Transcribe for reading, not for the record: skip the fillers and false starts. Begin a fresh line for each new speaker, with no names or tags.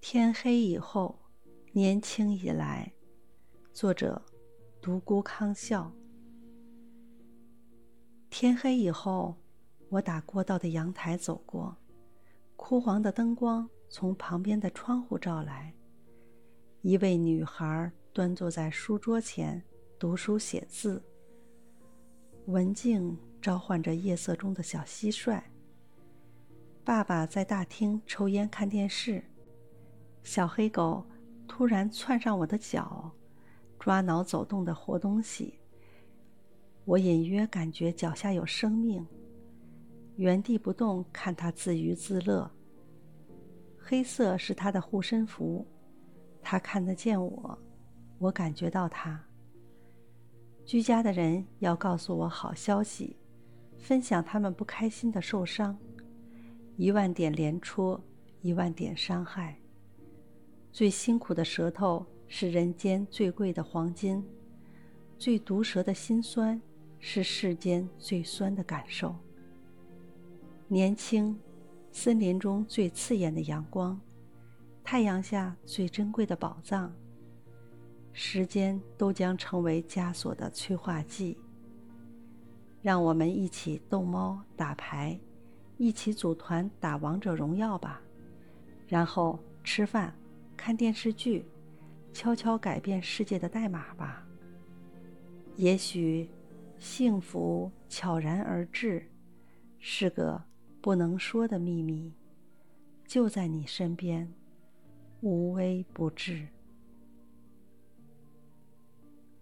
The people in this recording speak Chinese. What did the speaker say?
天黑以后，年轻以来。作者：独孤康笑。天黑以后，我打过道的阳台走过，枯黄的灯光从旁边的窗户照来。一位女孩端坐在书桌前读书写字，文静召唤着夜色中的小蟋蟀。爸爸在大厅抽烟看电视，小黑狗突然窜上我的脚，抓挠走动的活东西。我隐约感觉脚下有生命，原地不动看它自娱自乐。黑色是它的护身符，它看得见我，我感觉到它。居家的人要告诉我好消息，分享他们不开心的受伤。10000点连戳，10000点伤害。最辛苦的舌头是人间最贵的黄金，最毒舌的辛酸是世间最酸的感受。年轻，森林中最刺眼的阳光，太阳下最珍贵的宝藏。时间都将成为枷锁的催化剂。让我们一起逗猫打牌，一起组团打王者荣耀吧，然后吃饭看电视剧，悄悄改变世界的代码吧。也许幸福悄然而至，是个不能说的秘密，就在你身边，无微不至。